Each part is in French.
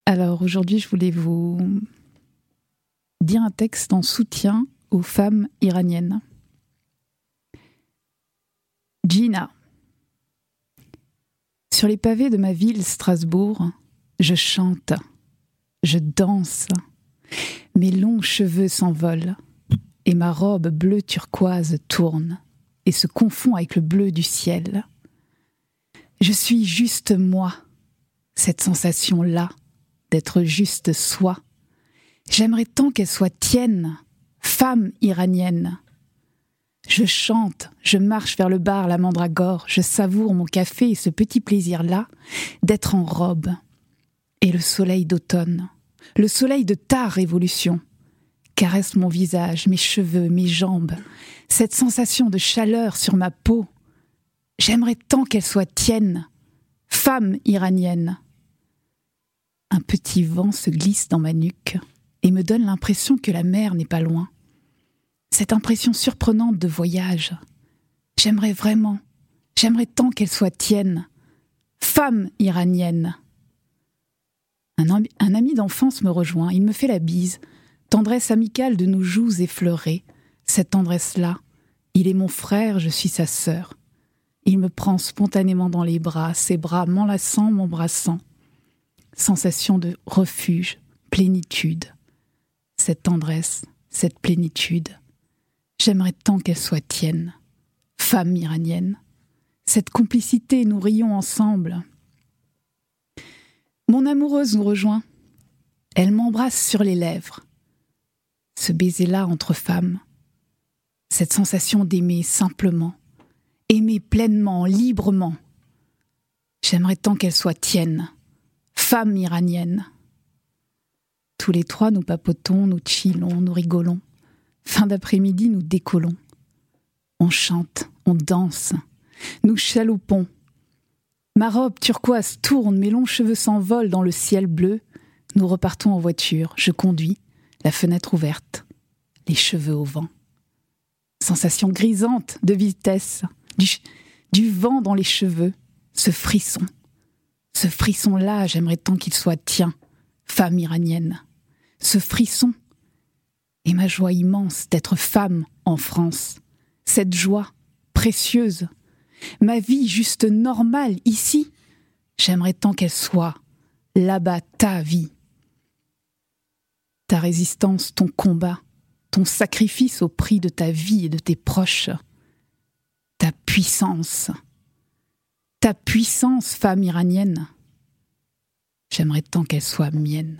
Alors aujourd'hui, je voulais vous dire un texte en soutien aux femmes iraniennes. Gina. Sur les pavés de ma ville, Strasbourg, je chante, je danse. Mes longs cheveux s'envolent et ma robe bleu turquoise tourne et se confond avec le bleu du ciel. Je suis juste moi, cette sensation-là d'être juste soi. J'aimerais tant qu'elle soit tienne, femme iranienne. Je chante, je marche vers le bar La Mandragore, je savoure mon café et ce petit plaisir-là d'être en robe. Et le soleil d'automne, le soleil de ta révolution, caresse mon visage, mes cheveux, mes jambes, cette sensation de chaleur sur ma peau. J'aimerais tant qu'elle soit tienne, femme iranienne. Un petit vent se glisse dans ma nuque et me donne l'impression que la mer n'est pas loin. Cette impression surprenante de voyage. J'aimerais tant qu'elle soit tienne, femme iranienne. Un ami d'enfance me rejoint, il me fait la bise, tendresse amicale de nos joues effleurées. Cette tendresse-là, il est mon frère, je suis sa sœur. Il me prend spontanément dans les bras, ses bras m'enlaçant, m'embrassant. Sensation de refuge, plénitude. Cette tendresse, cette plénitude. J'aimerais tant qu'elle soit tienne, femme iranienne. Cette complicité, nous rions ensemble. Mon amoureuse nous rejoint. Elle m'embrasse sur les lèvres. Ce baiser-là entre femmes. Cette sensation d'aimer simplement. Aimer pleinement, librement. J'aimerais tant qu'elle soit tienne, femme iranienne. Tous les trois, nous papotons, nous chillons, nous rigolons. Fin d'après-midi, nous décollons. On chante, on danse, nous chaloupons. Ma robe turquoise tourne, mes longs cheveux s'envolent dans le ciel bleu. Nous repartons en voiture, je conduis, la fenêtre ouverte, les cheveux au vent. Sensation grisante de vitesse, du vent dans les cheveux, ce frisson-là, j'aimerais tant qu'il soit tien, femme iranienne. Ce frisson, et ma joie immense d'être femme en France, cette joie précieuse, ma vie juste normale ici, j'aimerais tant qu'elle soit là-bas ta vie. Ta résistance, ton combat, ton sacrifice au prix de ta vie et de tes proches, ta puissance, femme iranienne, j'aimerais tant qu'elle soit mienne.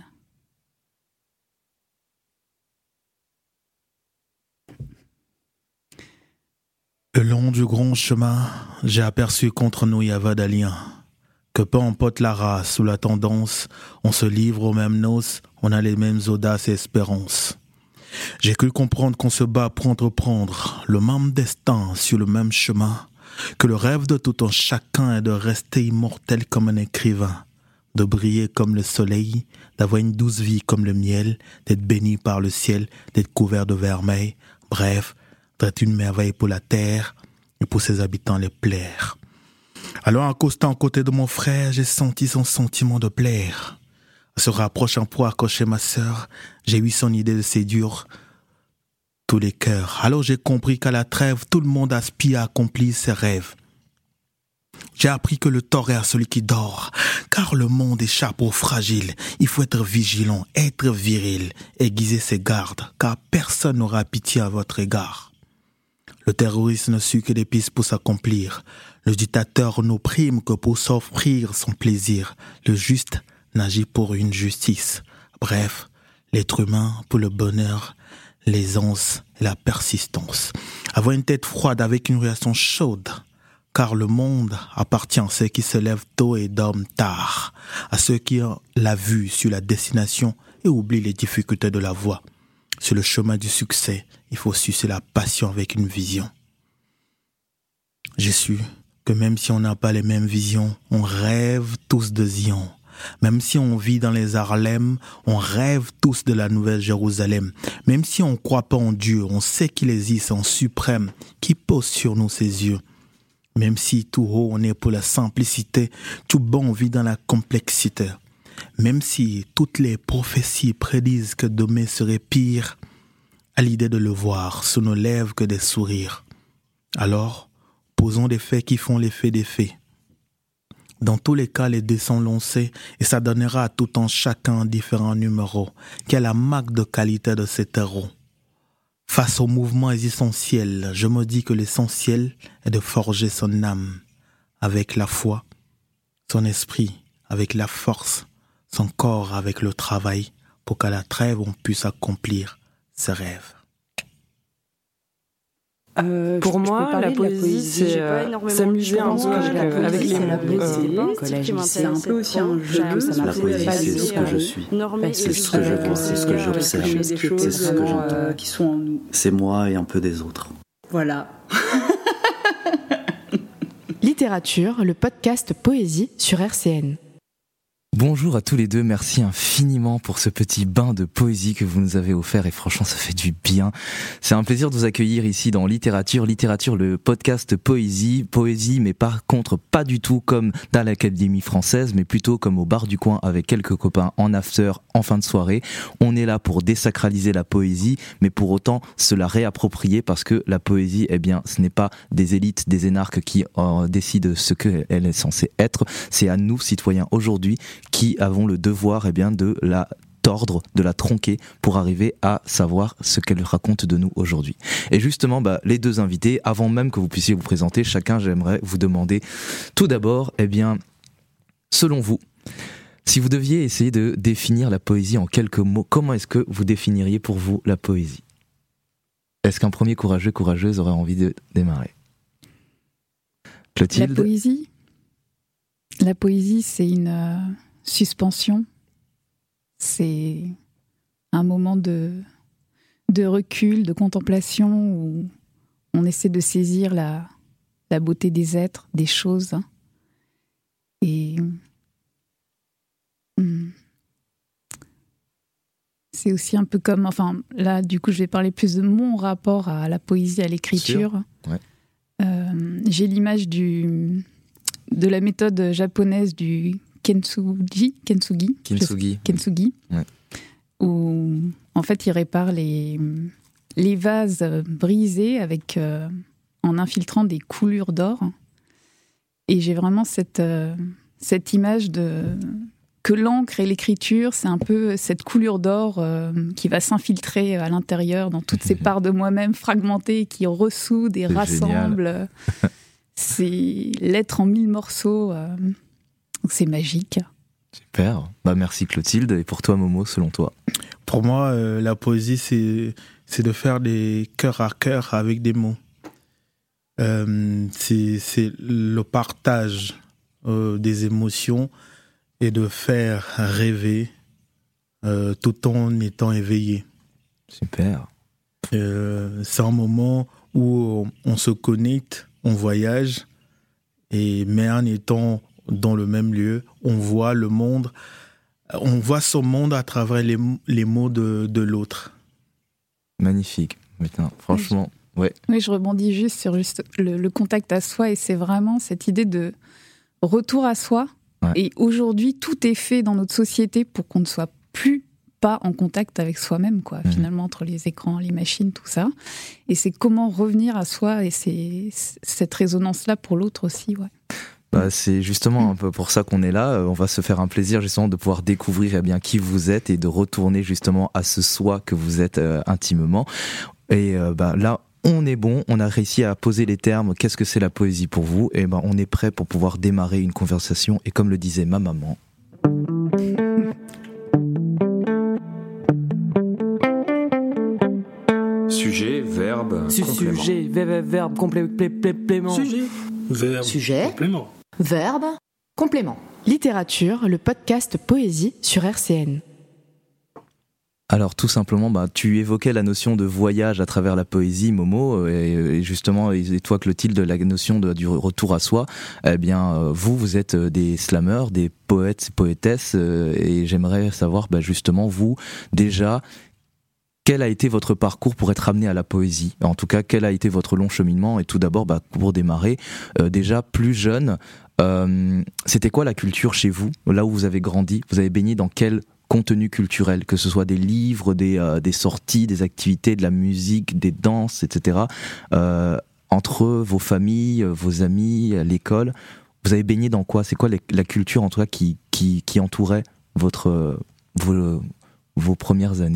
Le long du grand chemin, j'ai aperçu contre nous y avait des liens. Que peu importe la race ou la tendance, on se livre aux mêmes noces, on a les mêmes audaces et espérances. J'ai cru comprendre qu'on se bat pour entreprendre le même destin sur le même chemin, que le rêve de tout un chacun est de rester immortel comme un écrivain, de briller comme le soleil, d'avoir une douce vie comme le miel, d'être béni par le ciel, d'être couvert de vermeil, bref, d'être une merveille pour la terre et pour ses habitants les plaire. Alors, accostant à côté de mon frère, j'ai senti son sentiment de plaire. Se rapprochant pour accrocher ma sœur, j'ai eu son idée de séduire tous les cœurs. Alors j'ai compris qu'à la trêve, tout le monde aspire à accomplir ses rêves. J'ai appris que le tort est à celui qui dort, car le monde échappe aux fragiles. Il faut être vigilant, être viril, aiguiser ses gardes, car personne n'aura pitié à votre égard. Le terroriste ne suit que des pistes pour s'accomplir. Le dictateur n'opprime que pour s'offrir son plaisir. Le juste n'agit pour une justice. Bref, l'être humain pour le bonheur, l'aisance et la persistance. Avoir une tête froide avec une réaction chaude. Car le monde appartient à ceux qui se lèvent tôt et dorment tard. À ceux qui ont la vue sur la destination et oublient les difficultés de la voie. Sur le chemin du succès, il faut sucer la passion avec une vision. J'ai su que même si on n'a pas les mêmes visions, on rêve tous de Zion. Même si on vit dans les Harlem, on rêve tous de la Nouvelle Jérusalem. Même si on ne croit pas en Dieu, on sait qu'il existe en suprême, qui pose sur nous ses yeux. Même si tout haut on est pour la simplicité, tout bas on vit dans la complexité. Même si toutes les prophéties prédisent que demain serait pire, à l'idée de le voir sous nos lèvres que des sourires. Alors, posons des faits qui font l'effet des faits. Dans tous les cas, les dés sont lancés et ça donnera à tout un chacun différents numéros, qui est la marque de qualité de cet héros. Face au mouvement essentiel, je me dis que l'essentiel est de forger son âme avec la foi, son esprit avec la force, son corps avec le travail, pour qu'à la trêve on puisse accomplir ses rêves. Pour moi, la poésie, c'est s'amuser un peu avec les mots. C'est un peu aussi un jeu, ça m'a posé pas c'est ce que je suis. C'est ce que je pense, c'est ce que j'observe, c'est ce que j'entends. Qui sont en nous. C'est moi et un peu des autres. Voilà. Littérature, le podcast Poésie sur RCN. Bonjour à tous les deux, merci infiniment pour ce petit bain de poésie que vous nous avez offert et franchement ça fait du bien. C'est un plaisir de vous accueillir ici dans Littérature, le podcast Poésie mais par contre pas du tout comme dans l'Académie française mais plutôt comme au bar du coin avec quelques copains en after, en fin de soirée. On est là pour désacraliser la poésie mais pour autant se la réapproprier parce que la poésie, eh bien ce n'est pas des élites, des énarques qui décident ce qu'elle est censée être, c'est à nous citoyens aujourd'hui qui avons le devoir de la tordre, de la tronquer pour arriver à savoir ce qu'elle raconte de nous aujourd'hui. Et justement, les deux invités, avant même que vous puissiez vous présenter, chacun, j'aimerais vous demander tout d'abord, selon vous, si vous deviez essayer de définir la poésie en quelques mots, comment est-ce que vous définiriez pour vous la poésie ? Est-ce qu'un premier courageuse aurait envie de démarrer ? Clotilde ? La poésie, c'est une suspension, c'est un moment de recul, de contemplation où on essaie de saisir la beauté des êtres, des choses. Et c'est aussi un peu comme, là du coup je vais parler plus de mon rapport à la poésie, à l'écriture. Ouais. J'ai l'image de la méthode japonaise du Kintsugi, ouais. Où en fait il répare les vases brisés en infiltrant des coulures d'or. Et j'ai vraiment cette image que l'encre et l'écriture, c'est un peu cette coulure d'or qui va s'infiltrer à l'intérieur dans toutes ces parts de moi-même fragmentées qui ressoude et rassemble. C'est l'être en 1000 morceaux. C'est magique. Super. Merci Clotilde. Et pour toi Momo, selon toi ? Pour moi, la poésie, c'est de faire des cœur à cœur avec des mots. C'est le partage des émotions et de faire rêver tout en étant éveillé. Super. C'est un moment où on se connecte, on voyage, mais en étant dans le même lieu, on voit le monde, on voit son monde à travers les mots de l'autre. Magnifique. Putain, franchement, ouais. Oui, je rebondis juste sur le contact à soi et c'est vraiment cette idée de retour à soi. Ouais. Et aujourd'hui, tout est fait dans notre société pour qu'on ne soit plus pas en contact avec soi-même, quoi. Finalement, entre les écrans, les machines, tout ça. Et c'est comment revenir à soi et c'est cette résonance-là pour l'autre aussi, ouais. C'est justement un peu pour ça qu'on est là. On va se faire un plaisir justement de pouvoir découvrir qui vous êtes et de retourner justement à ce soi que vous êtes intimement. Et là, on est bon, on a réussi à poser les termes. Qu'est-ce que c'est la poésie pour vous ? Et on est prêt pour pouvoir démarrer une conversation. Et comme le disait ma maman. Sujet, verbe, complément. Sujet, verbe, complément. Sujet, complément. Verbe, complément. Littérature, le podcast Poésie sur RCN. Alors tout simplement, tu évoquais la notion de voyage à travers la poésie, Momo, et justement, et toi Clotilde, la notion du retour à soi. Vous êtes des slameurs, des poètes, poétesses, et j'aimerais savoir justement, vous, déjà, quel a été votre parcours pour être amené à la poésie ? En tout cas, quel a été votre long cheminement ? Et tout d'abord, pour démarrer, déjà plus jeune, c'était quoi la culture chez vous, là où vous avez grandi ? Vous avez baigné dans quel contenu culturel, que ce soit des livres, des sorties, des activités, de la musique, des danses, etc. Entre vos familles, vos amis, l'école, vous avez baigné dans quoi ? C'est quoi la culture en tout cas qui entourait vos premières années ?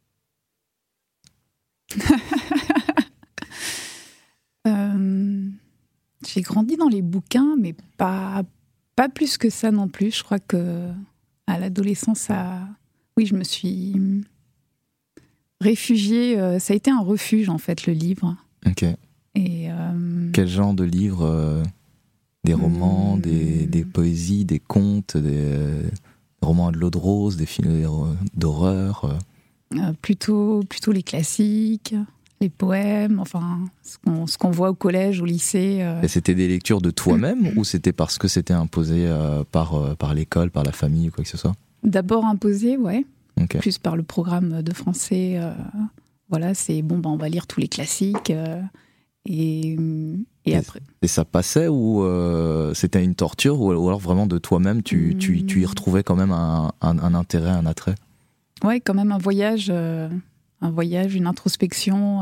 J'ai grandi dans les bouquins, mais pas plus que ça non plus. Je crois que à l'adolescence, oui, je me suis réfugiée. Ça a été un refuge en fait, le livre. Ok. Et quel genre de livre ? Des romans, des poésies, des contes, des romans à de l'eau de rose, des films d'horreur. Plutôt les classiques, les poèmes, enfin ce qu'on voit au collège, au lycée. Et c'était des lectures de toi-même ou c'était parce que c'était imposé par l'école, par la famille ou quoi que ce soit ? D'abord imposé, ouais. Okay. Plus par le programme de français. Voilà, c'est on va lire tous les classiques. Et après. Et ça passait ou c'était une torture ou alors vraiment de toi-même tu y retrouvais quand même un intérêt, un attrait ? Ouais, quand même un voyage, une introspection.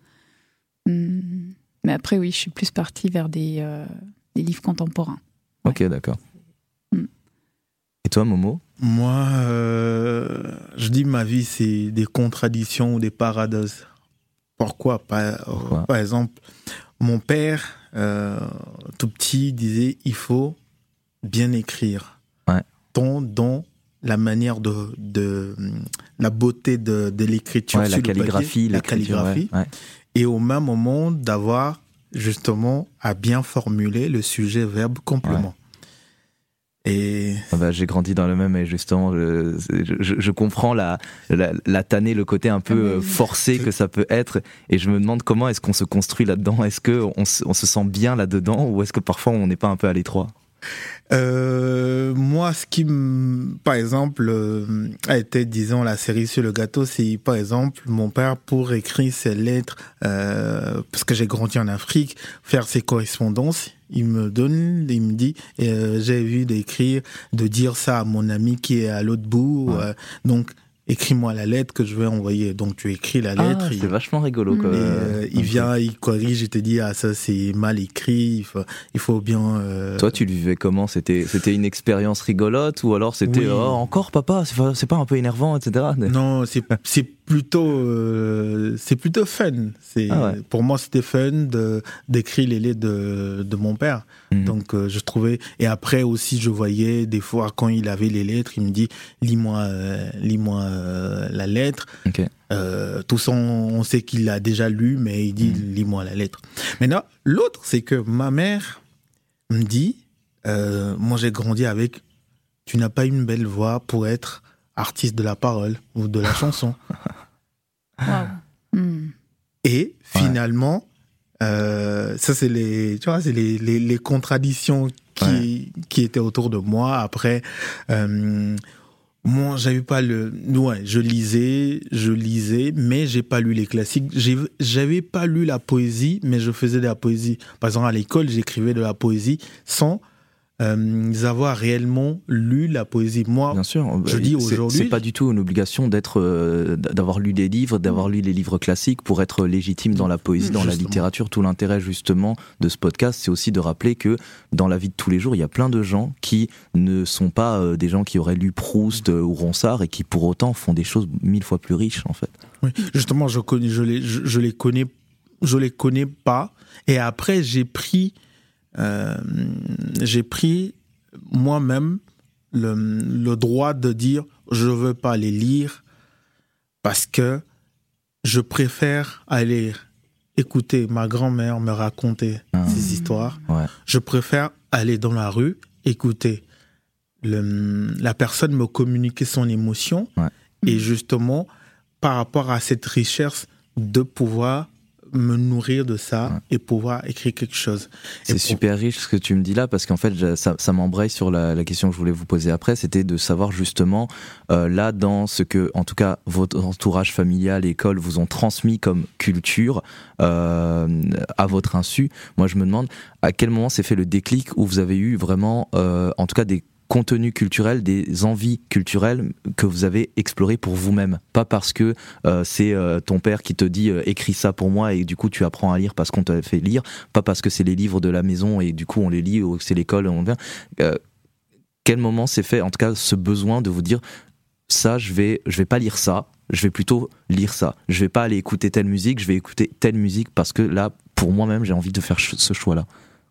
Mais après, oui, je suis plus partie vers des livres contemporains. Ouais. Ok, d'accord. Et toi, Momo ? Moi, je dis ma vie, c'est des contradictions ou des paradoxes. Pourquoi ? Par exemple, mon père, tout petit, disait il faut bien écrire. Ouais. Dont la manière de la beauté de l'écriture, la calligraphie, la calligraphie, ouais. Et au même moment d'avoir justement à bien formuler le sujet, verbe, complément. Ouais. Et j'ai grandi dans le même, et justement je comprends la tannée, le côté un peu forcé que ça peut être, et je me demande comment est-ce qu'on se construit là-dedans. Est-ce qu'on se sent bien là-dedans ou est-ce que parfois on n'est pas un peu à l'étroit ? Moi, ce qui, par exemple, a été, disons, la cerise sur le gâteau, c'est, par exemple, mon père, pour écrire ses lettres, parce que j'ai grandi en Afrique, faire ses correspondances, il me dit, j'ai vu de dire ça à mon ami qui est à l'autre bout, donc, écris-moi la lettre que je vais envoyer. Donc tu écris la lettre. C'est vachement rigolo. Quoi. Il vient, il corrige, il te dit ça c'est mal écrit. Il faut bien. Toi, tu le vivais comment ? C'était une expérience rigolote ou alors c'était encore papa, c'est pas un peu énervant, etc. Non, c'est plutôt fun. Pour moi c'était fun d'écrire les lettres de mon père. Donc je trouvais, et après aussi je voyais des fois quand il avait les lettres, il me dit lis-moi la lettre. Okay. Tout ça on sait qu'il l'a déjà lu, mais il dit lis-moi la lettre. Maintenant l'autre c'est que ma mère me dit moi j'ai grandi avec tu n'as pas une belle voix pour être artiste de la parole ou de la chanson. Wow. Et finalement ça c'est les contradictions qui étaient autour de moi. Après moi j'avais pas je lisais mais j'ai pas lu les classiques. J'avais pas lu la poésie, mais je faisais de la poésie. Par exemple à l'école j'écrivais de la poésie sans avoir réellement lu la poésie. Moi, bien sûr, je dis aujourd'hui, c'est pas du tout une obligation d'avoir lu des livres, d'avoir lu les livres classiques pour être légitime dans la poésie, dans la littérature. Tout l'intérêt justement de ce podcast, c'est aussi de rappeler que dans la vie de tous les jours, il y a plein de gens qui ne sont pas des gens qui auraient lu Proust ou Ronsard et qui pour autant font des choses 1000 fois plus riches en fait. Oui, justement, je les connais pas. Et après, j'ai pris moi-même le droit de dire je veux pas les lire parce que je préfère aller écouter ma grand-mère me raconter ces histoires. Ouais. Je préfère aller dans la rue, écouter la personne me communiquer son émotion et justement par rapport à cette richesse de pouvoir me nourrir de ça et pouvoir écrire quelque chose. C'est super riche ce que tu me dis là, parce qu'en fait ça m'embraye sur la question que je voulais vous poser après, c'était de savoir justement là dans ce que en tout cas votre entourage familial, école vous ont transmis comme culture à votre insu. Moi je me demande à quel moment s'est fait le déclic où vous avez eu vraiment en tout cas des contenus culturels, des envies culturelles que vous avez explorées pour vous-même. Pas parce que c'est ton père qui te dit écris ça pour moi et du coup tu apprends à lire parce qu'on t'a fait lire, pas parce que c'est les livres de la maison et du coup on les lit ou que c'est l'école on vient. Quel moment s'est fait en tout cas ce besoin de vous dire ça je vais pas lire ça, je vais plutôt lire ça. Je vais pas aller écouter telle musique, je vais écouter telle musique parce que là pour moi-même j'ai envie de faire ce choix-là.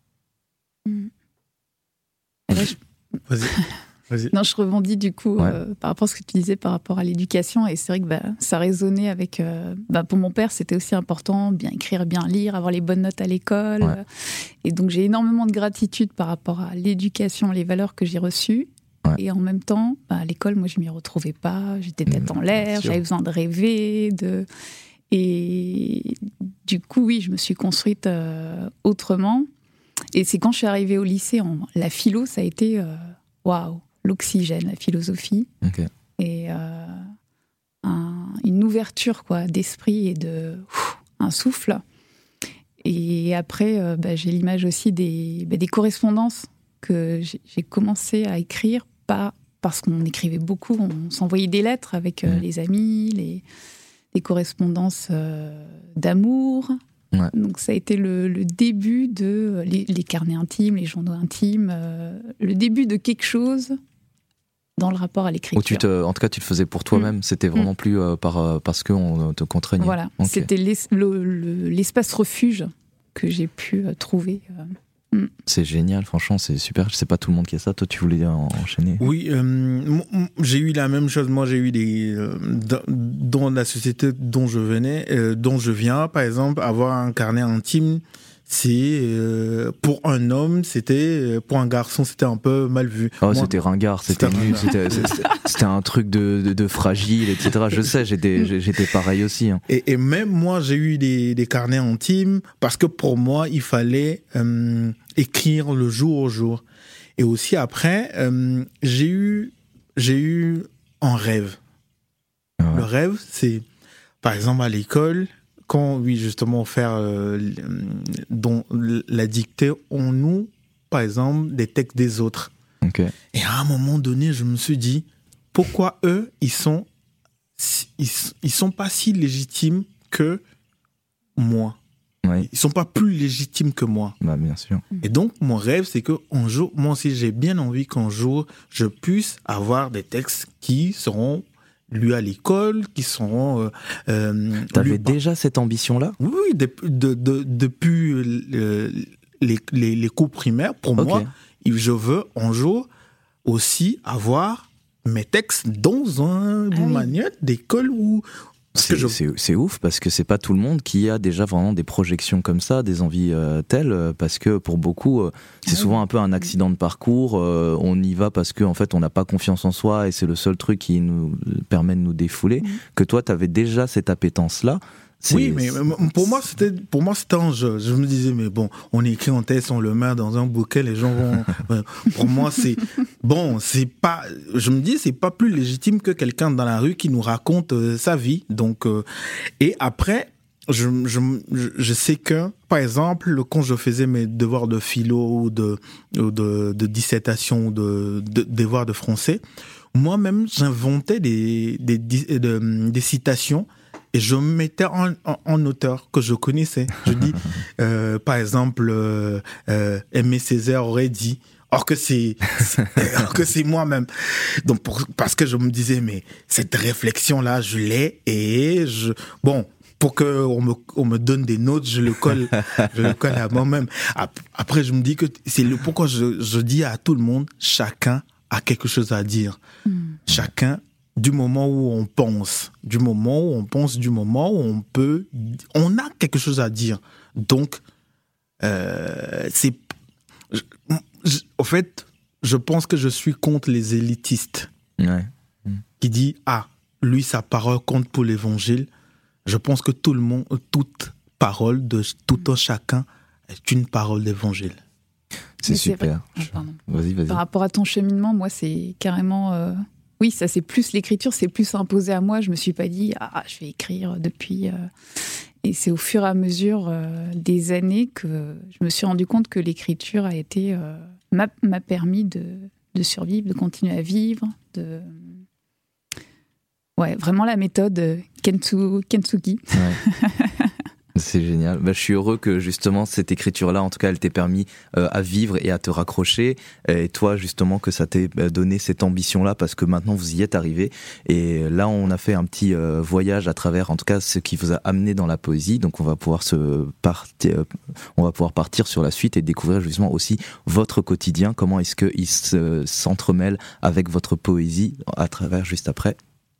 Vas-y. Non, je rebondis du coup par rapport à ce que tu disais par rapport à l'éducation, et c'est vrai que ça résonnait avec pour mon père c'était aussi important, bien écrire, bien lire, avoir les bonnes notes à l'école, et donc j'ai énormément de gratitude par rapport à l'éducation, les valeurs que j'ai reçues, et en même temps à l'école moi je m'y retrouvais pas, j'étais tête en l'air, j'avais besoin de rêver, et du coup oui je me suis construite autrement. Et c'est quand je suis arrivée au lycée, la philo, ça a été l'oxygène, la philosophie. Okay. Et une ouverture d'esprit et un souffle. Et après, j'ai l'image aussi des correspondances que j'ai commencé à écrire, pas parce qu'on écrivait beaucoup, on s'envoyait des lettres avec les amis, des correspondances d'amour. Ouais. Donc ça a été le début de les carnets intimes, les journaux intimes, le début de quelque chose dans le rapport à l'écriture. En tout cas tu le faisais pour toi-même, c'était vraiment plus parce qu'on te contraignait. Voilà, c'était l'espace refuge que j'ai pu trouver. C'est génial, franchement, c'est super. Je sais pas tout le monde qui a ça. Toi, tu voulais enchaîner? Oui, j'ai eu la même chose. Moi, j'ai eu dans la société dont je viens, par exemple, avoir un carnet intime, c'est pour un homme, pour un garçon, c'était un peu mal vu. Oh, c'était ringard, c'était nul, c'était un truc de fragile, etc. Je sais, j'étais pareil aussi. Hein. Et même moi, j'ai eu des carnets intimes parce que pour moi, il fallait écrire le jour au jour. Et aussi après, j'ai eu un rêve. Ouais. Le rêve, c'est par exemple à l'école. Quand, justement, faire la dictée, on nous, par exemple, des textes des autres. Okay. Et à un moment donné, je me suis dit, pourquoi eux, ils sont pas si légitimes que moi. Oui. Ils sont pas plus légitimes que moi. Bah, bien sûr. Et donc, mon rêve, c'est qu'un jour, moi aussi, j'ai bien envie qu'un jour, je puisse avoir des textes qui seront lus à l'école, qui seront... T'avais déjà cette ambition-là ? Oui, depuis les cours primaires. Pour moi, je veux un jour aussi avoir mes textes dans une manière d'école où... C'est ouf parce que c'est pas tout le monde qui a déjà vraiment des projections comme ça, des envies telles, parce que pour beaucoup c'est souvent un peu un accident de parcours, on y va parce qu'en fait on n'a pas confiance en soi et c'est le seul truc qui nous permet de nous défouler. Que toi t'avais déjà cette appétence là. Oui, mais pour moi c'était un jeu. Je me disais mais bon, on écrit un texte, on le met dans un bouquet, les gens vont. Pour moi c'est bon, c'est pas. Je me dis c'est pas plus légitime que quelqu'un dans la rue qui nous raconte sa vie. Donc et après je sais que par exemple quand je faisais mes devoirs de philo ou de dissertation ou de devoirs de français, moi-même j'inventais des citations. Et je me mettais en auteur que je connaissais. Je dis, par exemple, Aimé Césaire aurait dit, or que c'est moi-même. Donc parce que je me disais, mais cette réflexion-là, je l'ai et pour que on me donne des notes, je le colle à moi-même. Après, je me dis que c'est pourquoi je dis à tout le monde, chacun a quelque chose à dire. Chacun. Du moment où on pense, du moment où on a quelque chose à dire. Donc, en fait, je pense que je suis contre les élitistes. Ouais. Qui dit, lui, sa parole compte pour l'évangile. Je pense que toute parole de tout un chacun est une parole d'évangile. C'est super. Vas-y. Par rapport à ton cheminement, moi, c'est carrément... Oui, ça, c'est plus l'écriture, c'est plus imposé à moi. Je me suis pas dit, je vais écrire depuis... Et c'est au fur et à mesure des années que je me suis rendu compte que l'écriture a été... m'a permis de survivre, de continuer à vivre, Ouais, vraiment la méthode Kintsugi. Ouais. C'est génial. Je suis heureux que justement cette écriture-là, en tout cas, elle t'ait permis à vivre et à te raccrocher. Et toi, justement, que ça t'ait donné cette ambition-là, parce que maintenant vous y êtes arrivé. Et là, on a fait un petit voyage à travers, en tout cas, ce qui vous a amené dans la poésie. Donc, on va pouvoir partir sur la suite et découvrir justement aussi votre quotidien. Comment est-ce qu'il s'entremêle avec votre poésie à travers juste après.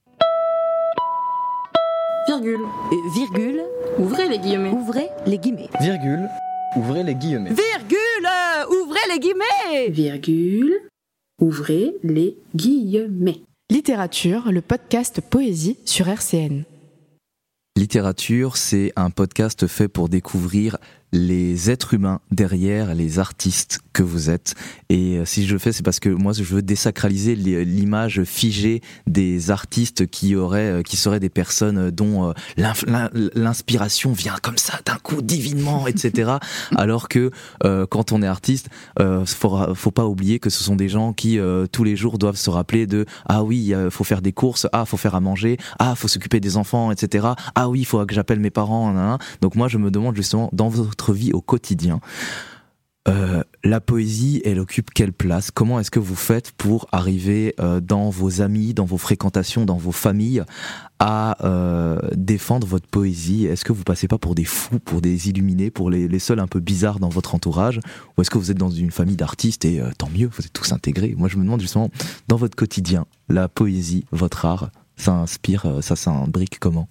Virgule. Virgule. Ouvrez les guillemets. Ouvrez les guillemets. Virgule. Ouvrez les guillemets. Virgule. Ouvrez les guillemets. Virgule. Ouvrez les guillemets. Littérature, le podcast Poésie sur RCN. Littérature, c'est un podcast fait pour découvrir les êtres humains derrière les artistes que vous êtes. Et si je le fais, c'est parce que moi, je veux désacraliser l'image figée des artistes qui seraient des personnes dont l'inspiration vient comme ça, d'un coup, divinement, etc. Alors que quand on est artiste, faut pas oublier que ce sont des gens qui, tous les jours, doivent se rappeler de « Ah oui, faut faire des courses, faut faire à manger, faut s'occuper des enfants, etc. Ah oui, il faut que j'appelle mes parents. » Donc moi, je me demande justement, dans votre vie au quotidien, la poésie, elle occupe quelle place? Comment est-ce que vous faites pour arriver dans vos amis, dans vos fréquentations, dans vos familles à défendre votre poésie? Est-ce que vous passez pas pour des fous, pour des illuminés, pour les seuls un peu bizarres dans votre entourage? Ou est-ce que vous êtes dans une famille d'artistes et tant mieux, vous êtes tous intégrés? Moi je me demande justement, dans votre quotidien, la poésie, votre art, ça inspire, ça s'imbrique comment?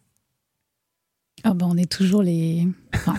On est toujours les...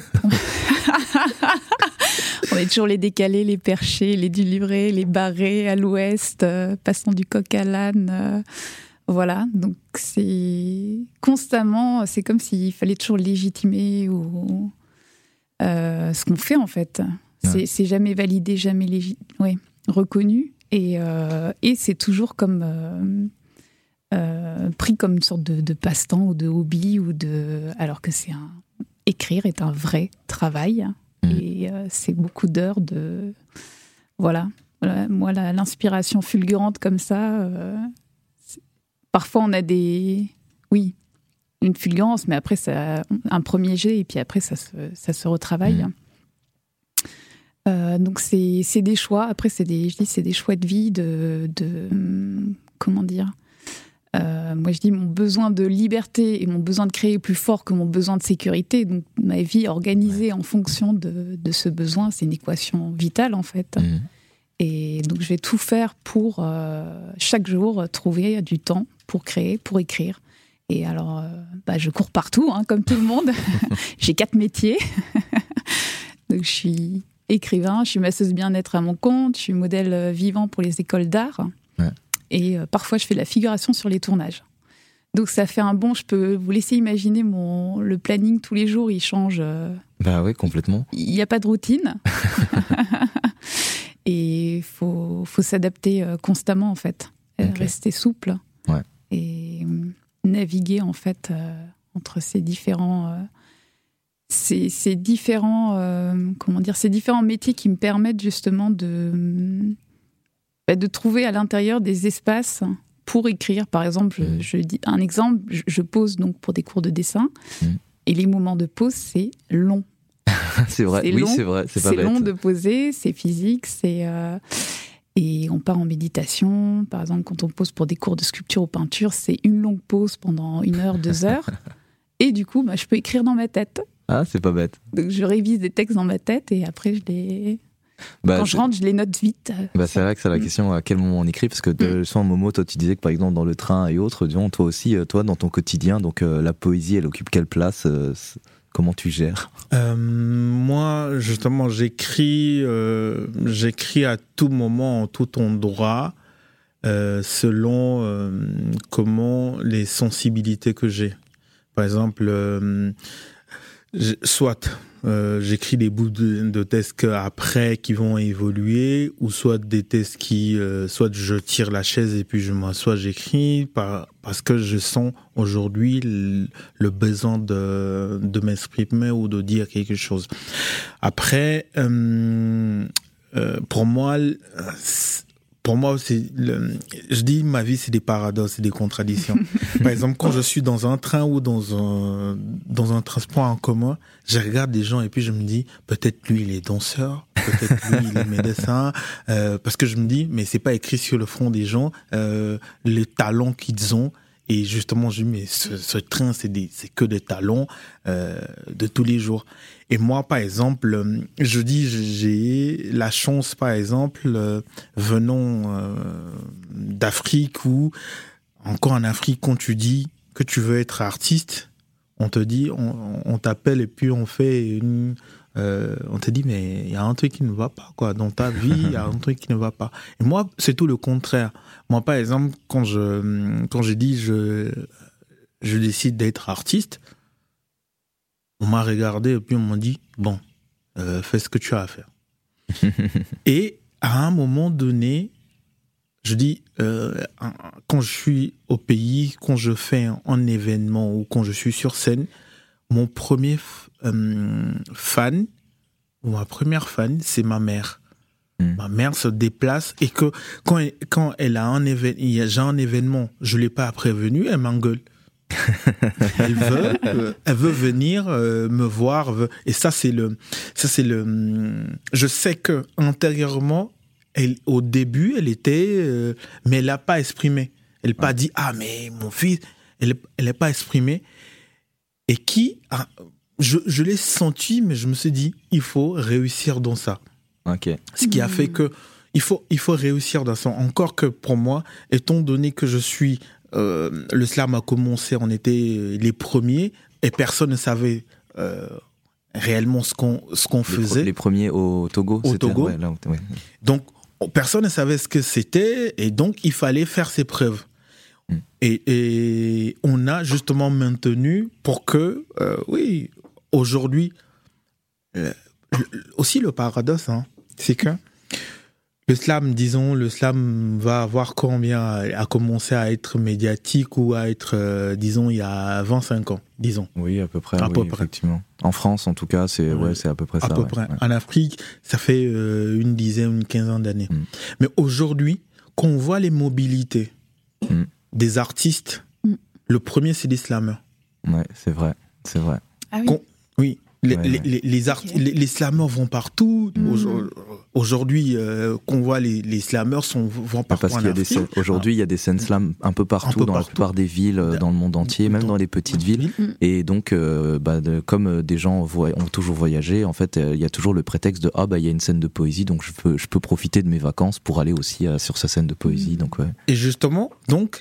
on est toujours les décalés, les perchés, les délivrés, les barrés à l'ouest, passant du coq à l'âne. Voilà, donc c'est constamment, c'est comme s'il fallait toujours légitimer ou ce qu'on fait en fait. Ouais. C'est jamais validé, jamais reconnu. Et c'est toujours comme... pris comme une sorte de passe-temps ou de hobby alors que écrire est un vrai travail et c'est beaucoup d'heures de voilà moi l'inspiration fulgurante comme ça parfois on a une fulgurance mais après ça un premier jet et puis après ça se retravaille. Donc c'est des choix, après c'est des choix de vie de comment dire. Moi, je dis mon besoin de liberté et mon besoin de créer est plus fort que mon besoin de sécurité. Donc, ma vie organisée en fonction de ce besoin, c'est une équation vitale, en fait. Et donc, je vais tout faire pour, chaque jour, trouver du temps pour créer, pour écrire. Et alors, je cours partout, comme tout le monde. J'ai 4 métiers. Donc, je suis écrivain, je suis masseuse bien-être à mon compte, je suis modèle vivant pour les écoles d'art. Et parfois, je fais de la figuration sur les tournages. Donc, ça fait un bond. Je peux vous laisser imaginer le planning tous les jours, il change. Bah oui, complètement. Il n'y a pas de routine. Et il faut s'adapter constamment, en fait. Okay. Rester souple. Ouais. Et naviguer, en fait, entre ces différents... ces différents métiers qui me permettent justement de trouver à l'intérieur des espaces pour écrire. Par exemple, je dis un exemple, je pose donc pour des cours de dessin, et les moments de pause, c'est long. C'est vrai, c'est vrai, c'est pas bête. C'est long de poser, c'est physique, et on part en méditation. Par exemple, quand on pose pour des cours de sculpture ou peinture, c'est une longue pause pendant 1 heure, 2 heures, et du coup, je peux écrire dans ma tête. Ah, c'est pas bête. Donc je révise des textes dans ma tête, et après quand je rentre, je les note vite. C'est vrai que c'est la question à quel moment on écrit, parce que sans Momo, toi tu disais que par exemple dans le train et autres, disons, toi aussi, toi dans ton quotidien, donc la poésie, elle occupe quelle place? Comment tu gères? Moi, justement, j'écris à tout moment, en tout endroit, selon comment les sensibilités que j'ai. Par exemple, Soit j'écris des bouts de textes après qui vont évoluer, ou soit des textes soit je tire la chaise et puis je m'assois, j'écris parce que je sens aujourd'hui le besoin de m'exprimer ou de dire quelque chose. Après, pour moi, je dis ma vie, c'est des paradoxes, c'est des contradictions. Par exemple, quand je suis dans un train ou dans un transport en commun, je regarde des gens et puis je me dis, peut-être lui, il est danseur, peut-être lui, il est médecin, parce que je me dis, mais c'est pas écrit sur le front des gens, les talents qu'ils ont. Et justement, je dis, mais ce train, c'est que des talents de tous les jours. Et moi, par exemple, je dis, j'ai la chance, par exemple, venant d'Afrique, ou encore en Afrique, quand tu dis que tu veux être artiste, on te dit, on t'appelle et puis on fait on te dit, mais il y a un truc qui ne va pas, quoi. Dans ta vie, il y a un truc qui ne va pas. Et moi, c'est tout le contraire. Moi, par exemple, quand je dis je décide d'être artiste, on m'a regardé et puis on m'a dit, bon, fais ce que tu as à faire. Et à un moment donné, je dis, quand je suis au pays, quand je fais un événement ou quand je suis sur scène, mon premier fan, ou ma première fan, c'est ma mère. Ma mère se déplace et que quand elle a j'ai un événement, je l'ai pas prévenu, elle m'engueule. Elle veut venir me voir, et ça c'est le. Je sais que intérieurement, au début, elle était, mais elle l'a pas exprimé. Elle n'a pas dit, ah mais mon fils, elle n'est pas exprimée. Et je l'ai senti, mais je me suis dit, il faut réussir dans ça. Okay. Ce qui a fait que il faut réussir dans ça. Encore que pour moi, étant donné que je suis, le slam a commencé, on était les premiers et personne ne savait réellement ce qu'on faisait. Les premiers au Togo. Au Togo. Ouais, là, ouais. Donc personne ne savait ce que c'était et donc il fallait faire ses preuves. Et on a justement maintenu pour que, oui, aujourd'hui, aussi le paradoxe, c'est que le slam va avoir a commencé à être médiatique ou à être, disons, il y a 25 ans, disons. Oui, à peu près, effectivement. En France, en tout cas, c'est à peu près ça. À peu près. Ouais. En Afrique, ça fait une quinzaine d'années. Mais aujourd'hui, quand on voit les mobilités des artistes, le premier, c'est les slammers. Ouais, c'est vrai. Ah oui. Oui. Les slammers vont partout. Aujourd'hui, qu'on voit les slammers vont partout. Parce qu'il aujourd'hui, il y a des scènes slam un peu partout dans la plupart des villes, dans le monde entier, même dans les petites villes. Et donc, comme des gens ont toujours voyagé, en fait, il y a toujours le prétexte de il y a une scène de poésie, donc je peux profiter de mes vacances pour aller aussi sur sa scène de poésie. Donc, ouais. Et justement, donc,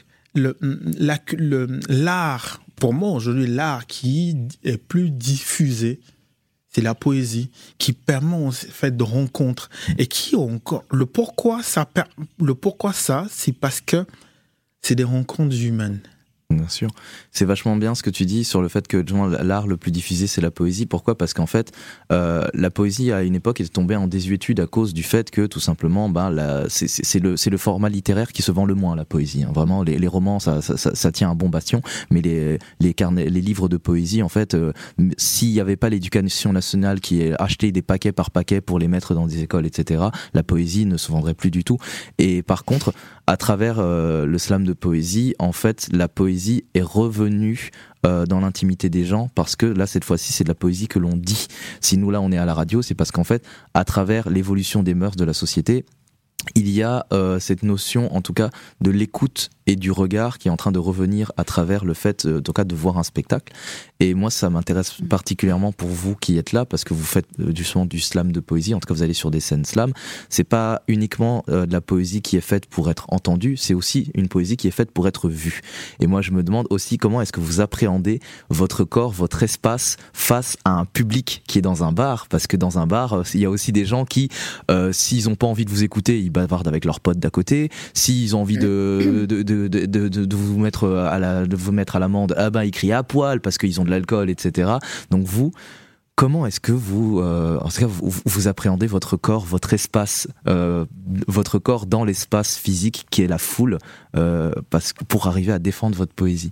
l'art, pour moi aujourd'hui, l'art qui est plus diffusé, c'est la poésie, qui permet en fait de rencontres et qui encore le pourquoi ça, c'est parce que c'est des rencontres humaines. Bien sûr. C'est vachement bien ce que tu dis sur le fait que l'art le plus diffusé, c'est la poésie. Pourquoi ? Parce qu'en fait, la poésie, à une époque, était tombée en désuétude à cause du fait que, tout simplement, c'est le format littéraire qui se vend le moins, la poésie. Vraiment, les romans, ça tient un bon bastion, mais les livres de poésie, en fait, s'il n'y avait pas l'éducation nationale qui achetait des paquets par paquet pour les mettre dans des écoles, etc., la poésie ne se vendrait plus du tout. Et par contre, à travers le slam de poésie, en fait, la poésie est revenue dans l'intimité des gens, parce que là, cette fois-ci, c'est de la poésie que l'on dit. Si nous, là, on est à la radio, c'est parce qu'en fait, à travers l'évolution des mœurs de la société, il y a cette notion, en tout cas, de l'écoute et du regard qui est en train de revenir à travers le fait, en tout cas, de voir un spectacle. Et moi, ça m'intéresse particulièrement pour vous qui êtes là, parce que vous faites justement du slam de poésie. En tout cas, vous allez sur des scènes slam. C'est pas uniquement de la poésie qui est faite pour être entendue, c'est aussi une poésie qui est faite pour être vue. Et moi, je me demande aussi comment est-ce que vous appréhendez votre corps, votre espace face à un public qui est dans un bar, parce que dans un bar, il y a aussi des gens qui, s'ils n'ont pas envie de vous écouter, ils bavardent avec leurs potes d'à côté. S'ils ont envie de vous mettre à l'amende, ils crient à poil parce qu'ils ont de l'alcool, etc. Donc vous, comment est-ce que vous, en tout cas, vous appréhendez votre corps, votre espace, votre corps dans l'espace physique qui est la foule, pour arriver à défendre votre poésie?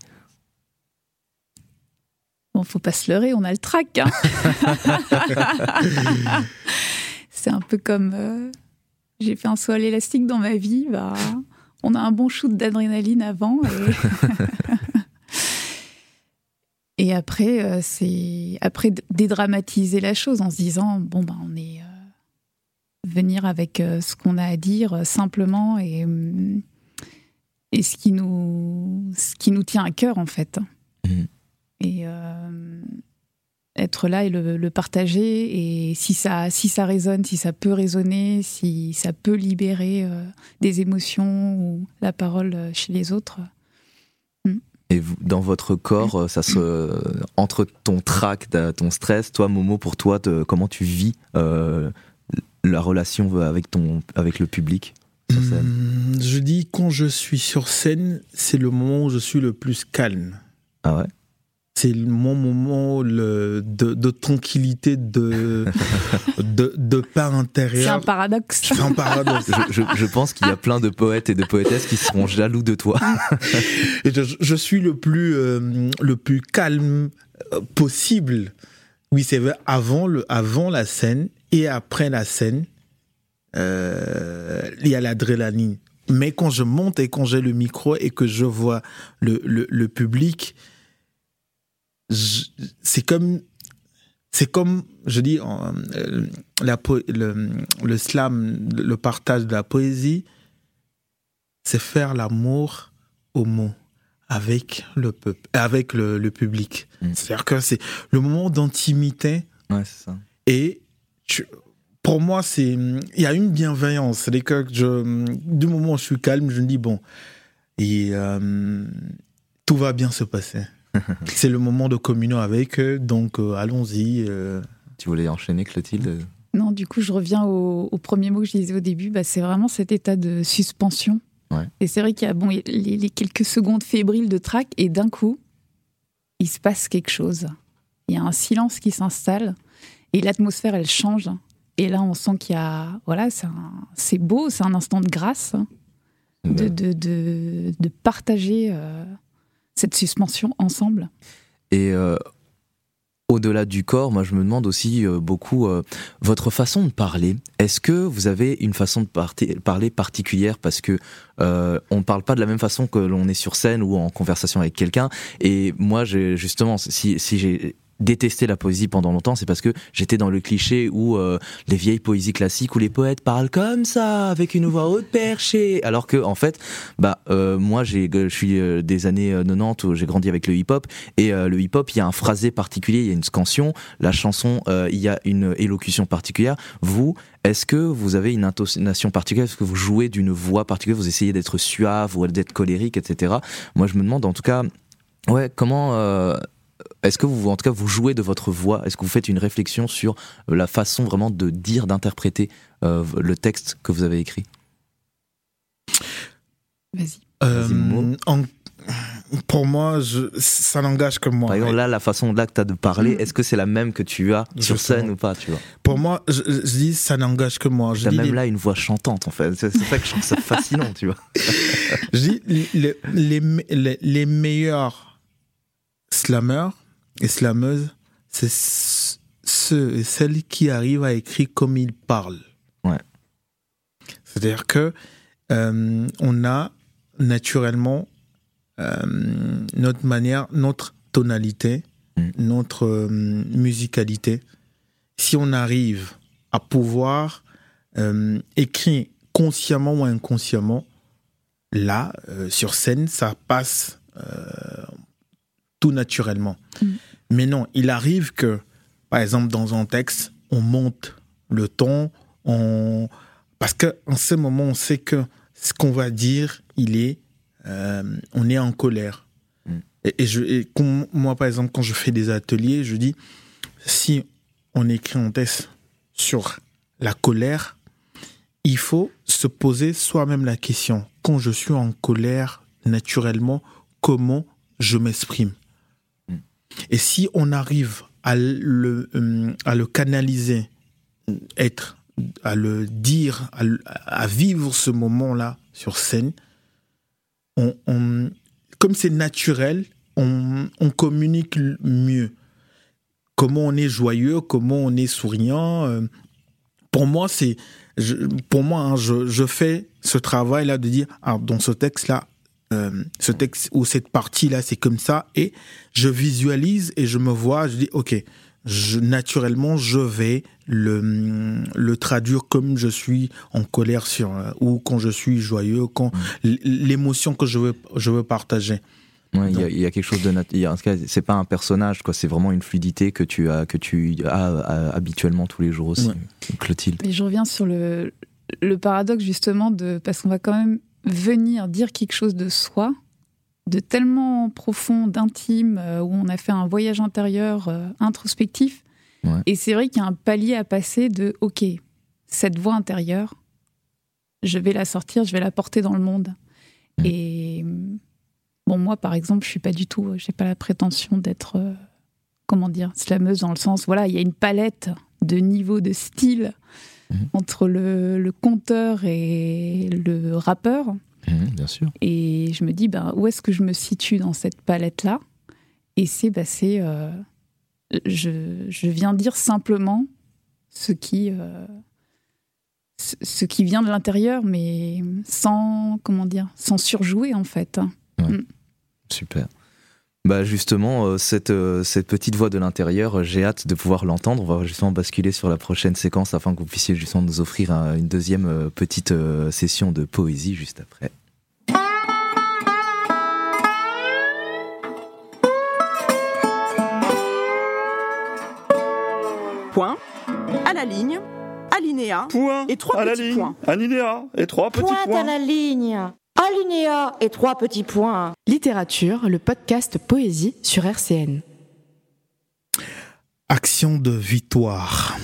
Bon, faut pas se leurrer, on a le trac. Hein. C'est un peu comme j'ai fait un saut à l'élastique dans ma vie. On a un bon shoot d'adrénaline avant. Et après, c'est dédramatiser la chose en se disant on est venir avec ce qu'on a à dire simplement et ce qui nous tient à cœur en fait. Mmh. Et être là et le partager, et si ça résonne, si ça peut résonner, si ça peut libérer des émotions ou la parole chez les autres. Et vous, dans votre corps, entre ton trac, ton stress, toi Momo, pour toi, comment tu vis la relation avec le public sur scène? Je dis, quand je suis sur scène, c'est le moment où je suis le plus calme. Ah ouais? C'est mon moment de tranquillité, de paix intérieure. C'est un paradoxe. C'est un paradoxe. Je pense qu'il y a plein de poètes et de poétesses qui seront jaloux de toi. Et je suis le plus calme possible. Oui, c'est vrai, avant la scène et après la scène, il y a l'adrénaline. Mais quand je monte et quand j'ai le micro et que je vois le public, c'est comme je dis, le slam, le partage de la poésie, c'est faire l'amour aux mots avec le peuple, avec le public. C'est-à-dire que c'est le moment d'intimité. Ouais, c'est ça. Et pour moi, il y a une bienveillance. C'est-à-dire que du moment où je suis calme, je me dis tout va bien se passer. C'est le moment de communion avec eux, donc allons-y. Tu voulais enchaîner, Clotilde? Non, du coup, je reviens au premier mot que je disais au début. C'est vraiment cet état de suspension. Ouais. Et c'est vrai qu'il y a les quelques secondes fébriles de trac, et d'un coup, il se passe quelque chose. Il y a un silence qui s'installe, et l'atmosphère, elle change. Et là, on sent qu'il y a... Voilà, c'est beau, c'est un instant de grâce de partager... cette suspension ensemble. Et au-delà du corps, moi je me demande aussi beaucoup votre façon de parler. Est-ce que vous avez une façon de parler particulière, parce que on ne parle pas de la même façon que l'on est sur scène ou en conversation avec quelqu'un. Et moi, justement, si j'ai détesté la poésie pendant longtemps, c'est parce que j'étais dans le cliché où les vieilles poésies classiques où les poètes parlent comme ça avec une voix haute perchée, alors que en fait moi je suis des années 90 où j'ai grandi avec le hip-hop, et le hip-hop, il y a un phrasé particulier, il y a une scansion, la chanson il y a une élocution particulière. Vous, est-ce que vous avez une intonation particulière? Est-ce que vous jouez d'une voix particulière? Vous essayez d'être suave ou d'être colérique, etc. Moi je me demande en tout cas comment est-ce que vous, en tout cas, vous jouez de votre voix? Est-ce que vous faites une réflexion sur la façon vraiment de dire, d'interpréter le texte que vous avez écrit? Vas-y. Pour moi, ça n'engage que moi. Par exemple, là, la façon là que tu as de parler, est-ce que c'est la même que tu as sur scène ou pas, tu vois? Pour moi, je dis ça n'engage que moi. Tu as même là une voix chantante, en fait. C'est ça que je trouve ça fascinant, tu vois. Je dis les meilleurs slammeurs et slameuses, c'est ceux et celles qui arrivent à écrire comme ils parlent. Ouais. C'est-à-dire que on a naturellement notre manière, notre tonalité, notre musicalité. Si on arrive à pouvoir écrire consciemment ou inconsciemment, là, sur scène, ça passe tout naturellement. Mais non, il arrive que, par exemple, dans un texte, on monte le ton, parce qu'en ce moment, on sait que ce qu'on va dire, on est en colère. Et moi, par exemple, quand je fais des ateliers, je dis, si on écrit un texte sur la colère, il faut se poser soi-même la question. Quand je suis en colère, naturellement, comment je m'exprime? Et si on arrive à le canaliser, à le dire, à vivre ce moment-là sur scène, comme c'est naturel, on communique mieux. Comment on est joyeux, comment on est souriant. Pour moi, je fais ce travail-là de dire, dans ce texte-là, ce texte ou cette partie-là, c'est comme ça, et je visualise et je me vois, je dis, ok, naturellement, je vais le traduire comme je suis en colère ou quand je suis joyeux, quand l'émotion que je veux partager. Ouais, il y a quelque chose de en tout cas, c'est pas un personnage, quoi. C'est vraiment une fluidité que tu as habituellement tous les jours aussi, Clotilde. Et je reviens sur le paradoxe justement parce qu'on va quand même venir dire quelque chose de soi, de tellement profond, d'intime, où on a fait un voyage intérieur introspectif. Ouais. Et c'est vrai qu'il y a un palier à passer de ok, cette voix intérieure, je vais la sortir, je vais la porter dans le monde. Et bon, moi, par exemple, je suis pas du tout, j'ai pas la prétention d'être, slameuse dans le sens, voilà, il y a une palette de niveaux de style entre le conteur et le rappeur. Bien sûr. Et je me dis, où est-ce que je me situe dans cette palette-là? Et je viens dire simplement ce qui vient de l'intérieur, mais sans surjouer, en fait. Ouais. Super. Justement, cette petite voix de l'intérieur, j'ai hâte de pouvoir l'entendre. On va justement basculer sur la prochaine séquence afin que vous puissiez justement nous offrir une deuxième petite session de poésie juste après. Point, à la ligne, alinéa, point, et 3 petits points. Alinéa, et 3 petits points. Point à la ligne, alinéa, et 3 petits points. Littérature, le podcast Poésie sur RCN. Action de victoire.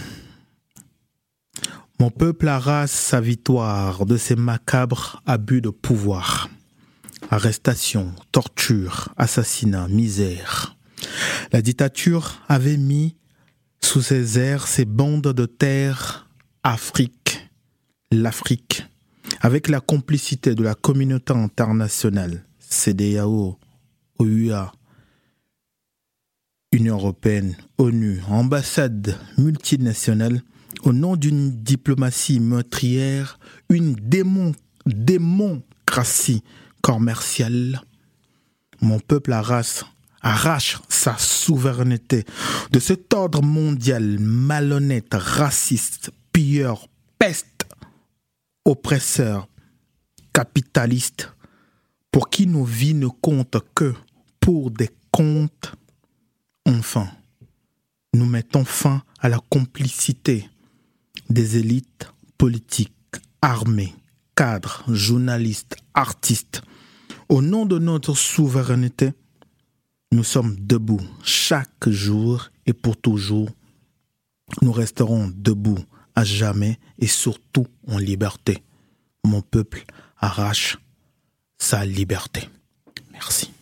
Mon peuple arrache sa victoire de ses macabres abus de pouvoir. Arrestation, torture, assassinat, misère. La dictature avait mis sous ses airs ces bandes de terre, l'Afrique, avec la complicité de la communauté internationale, CEDEAO, OUA, Union européenne, ONU, ambassades multinationales, au nom d'une diplomatie meurtrière, une démocratie commerciale. Mon peuple arrache sa souveraineté de cet ordre mondial malhonnête, raciste, pilleur, peste, oppresseur, capitaliste, pour qui nos vies ne comptent que pour des comptes. Enfin, nous mettons fin à la complicité des élites politiques, armées, cadres, journalistes, artistes. Au nom de notre souveraineté, nous sommes debout chaque jour et pour toujours. Nous resterons debout à jamais et surtout en liberté. Mon peuple arrache sa liberté. Merci.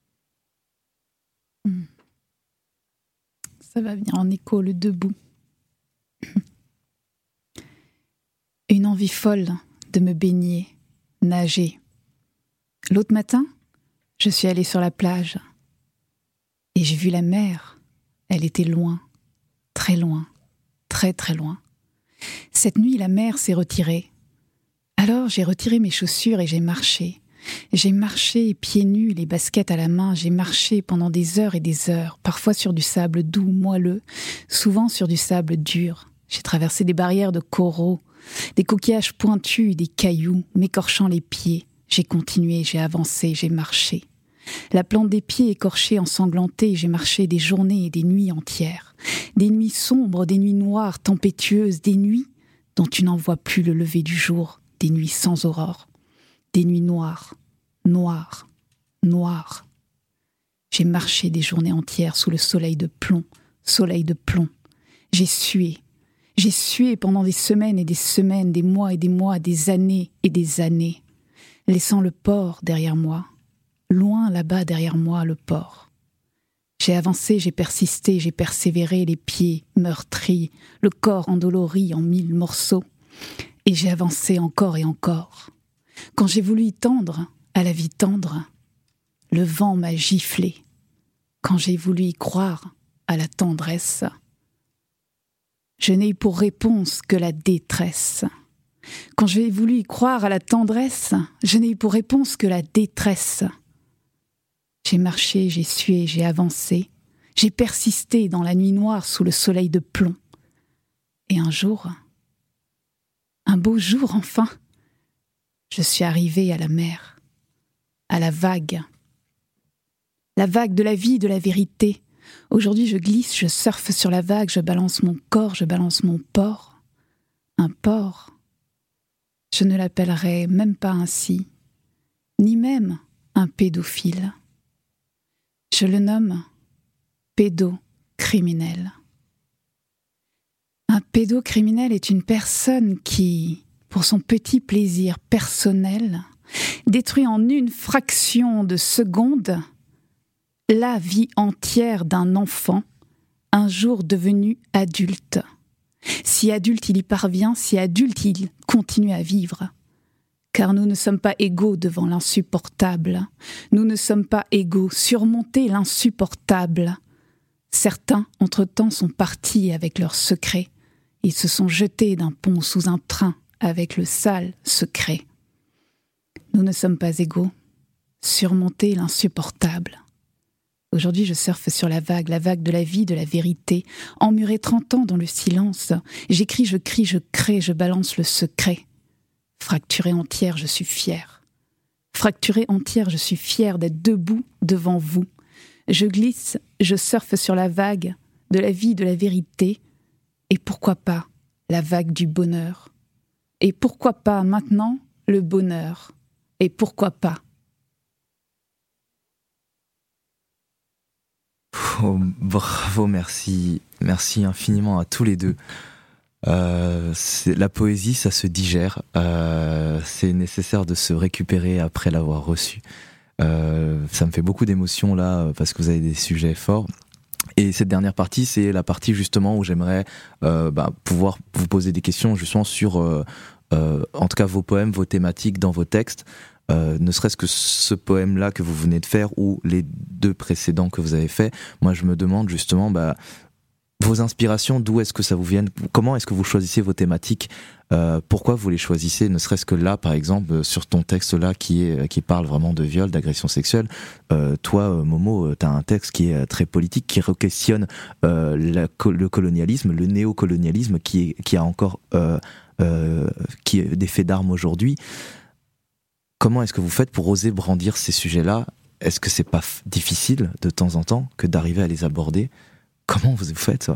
Ça va venir en écho, le debout. Une envie folle de me baigner, nager. L'autre matin, je suis allée sur la plage et j'ai vu la mer. Elle était loin, très loin, très très loin. Cette nuit, la mer s'est retirée. Alors j'ai retiré mes chaussures et j'ai marché. J'ai marché pieds nus, les baskets à la main. J'ai marché pendant des heures et des heures, parfois sur du sable doux, moelleux, souvent sur du sable dur. J'ai traversé des barrières de coraux, des coquillages pointus, des cailloux, m'écorchant les pieds. J'ai continué, j'ai avancé, j'ai marché. La plante des pieds écorchée, ensanglantée, j'ai marché des journées et des nuits entières. Des nuits sombres, des nuits noires, tempétueuses, des nuits dont tu n'en vois plus le lever du jour, des nuits sans aurore. Des nuits noires, noires, noires. J'ai marché des journées entières sous le soleil de plomb. J'ai sué. J'ai sué pendant des semaines et des semaines, des mois et des mois, des années et des années, laissant le port derrière moi, loin là-bas derrière moi le port. J'ai avancé, j'ai persisté, j'ai persévéré, les pieds meurtris, le corps endolori en 1000 morceaux, et j'ai avancé encore et encore. Quand j'ai voulu y tendre, à la vie tendre, le vent m'a giflé. Quand j'ai voulu y croire, à la tendresse, je n'ai eu pour réponse que la détresse. Quand j'ai voulu y croire à la tendresse, je n'ai eu pour réponse que la détresse. J'ai marché, j'ai sué, j'ai avancé, j'ai persisté dans la nuit noire sous le soleil de plomb. Et un jour, un beau jour enfin, je suis arrivée à la mer, à la vague de la vie, de la vérité. Aujourd'hui, je glisse, je surfe sur la vague, je balance mon corps, je balance mon port. Un port, je ne l'appellerai même pas ainsi, ni même un pédophile. Je le nomme pédocriminel. Un pédocriminel est une personne qui, pour son petit plaisir personnel, détruit en une fraction de seconde la vie entière d'un enfant, un jour devenu adulte. Si adulte il y parvient, si adulte il continue à vivre. Car nous ne sommes pas égaux devant l'insupportable. Nous ne sommes pas égaux, surmonter l'insupportable. Certains, entre-temps, sont partis avec leurs secrets. Ils se sont jetés d'un pont sous un train avec le sale secret. Nous ne sommes pas égaux, surmonter l'insupportable. Aujourd'hui, je surfe sur la vague de la vie, de la vérité, emmurée 30 ans dans le silence. J'écris, je crie, je crée, je balance le secret. Fracturée entière, je suis fière. Fracturée entière, je suis fière d'être debout devant vous. Je glisse, je surfe sur la vague de la vie, de la vérité. Et pourquoi pas la vague du bonheur? Et pourquoi pas maintenant le bonheur? Et pourquoi pas? Oh, bravo, merci infiniment à tous les deux. La poésie, ça se digère. C'est nécessaire de se récupérer après l'avoir reçue. Ça me fait beaucoup d'émotions là parce que vous avez des sujets forts. Et cette dernière partie, c'est la partie justement où j'aimerais pouvoir vous poser des questions justement sur, en tout cas, vos poèmes, vos thématiques dans vos textes. Ne serait-ce que ce poème-là que vous venez de faire ou les 2 précédents que vous avez faits, moi je me demande justement vos inspirations, d'où est-ce que ça vous vient, comment est-ce que vous choisissez vos thématiques, pourquoi vous les choisissez, ne serait-ce que là par exemple sur ton texte-là qui parle vraiment de viol, d'agression sexuelle. Toi Momo, t'as un texte qui est très politique, qui re-questionne le colonialisme, le néocolonialisme qui a encore qui est des faits d'armes aujourd'hui. Comment est-ce que vous faites pour oser brandir ces sujets-là? Est-ce que c'est pas difficile de temps en temps que d'arriver à les aborder? Comment vous faites?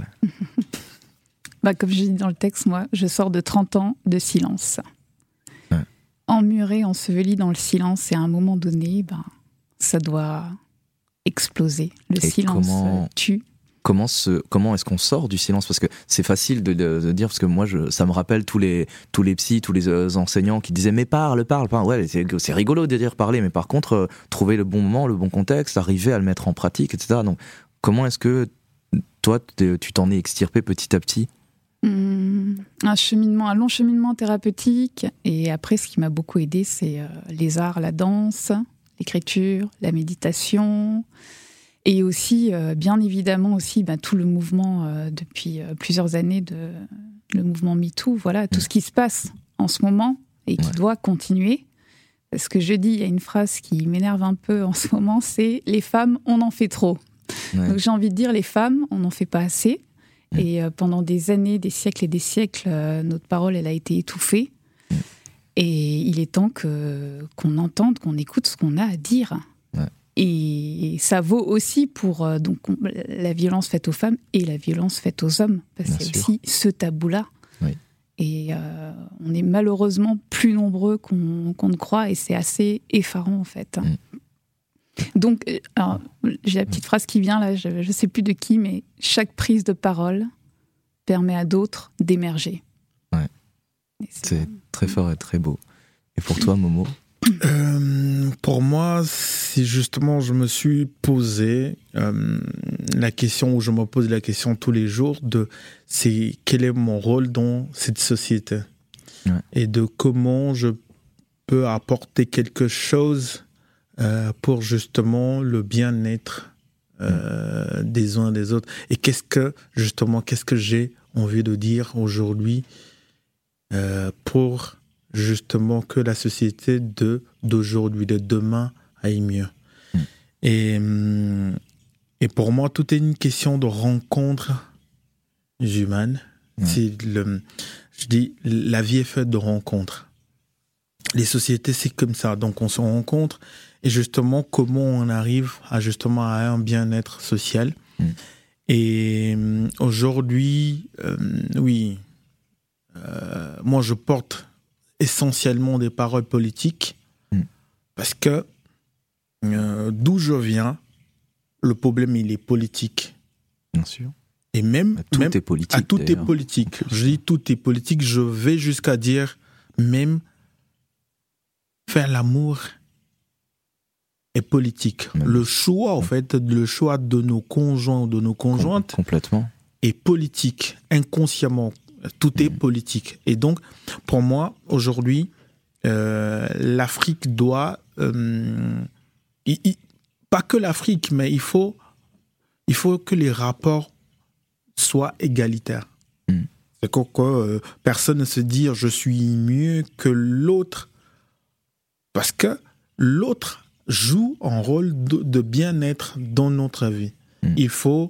Comme je dis dans le texte, moi, je sors de 30 ans de silence. Ouais. Emmuré, enseveli dans le silence, et à un moment donné, ça doit exploser. Le silence tue. Comment est-ce qu'on sort du silence? Parce que c'est facile de dire, parce que moi, ça me rappelle tous les psys, tous les enseignants qui disaient mais parle. Ouais, c'est rigolo de dire parler, mais par contre, trouver le bon moment, le bon contexte, arriver à le mettre en pratique, etc. Donc, comment est-ce que toi, tu t'en es extirpé petit à petit? Un long cheminement thérapeutique. Et après, ce qui m'a beaucoup aidé, c'est les arts, la danse, l'écriture, la méditation. Et aussi, bien évidemment, aussi tout le mouvement depuis plusieurs années, le mouvement MeToo, voilà, tout ce qui se passe en ce moment et qui doit continuer. Parce que je dis, il y a une phrase qui m'énerve un peu en ce moment, c'est « les femmes, on en fait trop ». Donc j'ai envie de dire, les femmes, on n'en fait pas assez. Et pendant des années, des siècles et des siècles, notre parole, elle a été étouffée. Et il est temps qu'on entende, qu'on écoute ce qu'on a à dire. Et ça vaut aussi pour la violence faite aux femmes et la violence faite aux hommes. Parce qu'il y a aussi ce tabou-là. Oui. Et on est malheureusement plus nombreux qu'on ne croit, et c'est assez effarant en fait. Donc, j'ai la petite phrase qui vient là, je ne sais plus de qui, mais chaque prise de parole permet à d'autres d'émerger. Ouais. C'est très fort et très beau. Et pour toi, Momo ? Pour moi, si justement je me suis posé la question, ou je me pose la question tous les jours, c'est quel est mon rôle dans cette société, et de comment je peux apporter quelque chose pour justement le bien-être des uns des autres. Et qu'est-ce que j'ai envie de dire aujourd'hui pour justement que la société d'aujourd'hui, de demain, aille mieux. Et pour moi, tout est une question de rencontres humaines. Je dis, la vie est faite de rencontres. Les sociétés, c'est comme ça. Donc, on se rencontre. Et justement, comment on arrive à un bien-être social. Et aujourd'hui, moi, je porte essentiellement des paroles politiques, parce que d'où je viens, le problème, il est politique. Bien sûr. Et même tout est politique. Tout est politique. Je dis tout est politique. Je vais jusqu'à dire même faire l'amour est politique. Le choix, en fait, le choix de nos conjoints ou de nos conjointes complètement est politique, inconsciemment. Tout est politique. Et donc, pour moi, aujourd'hui, l'Afrique doit... pas que l'Afrique, mais il faut que les rapports soient égalitaires. C'est que personne ne se dit « je suis mieux que l'autre », parce que l'autre joue un rôle de bien-être dans notre vie. Il faut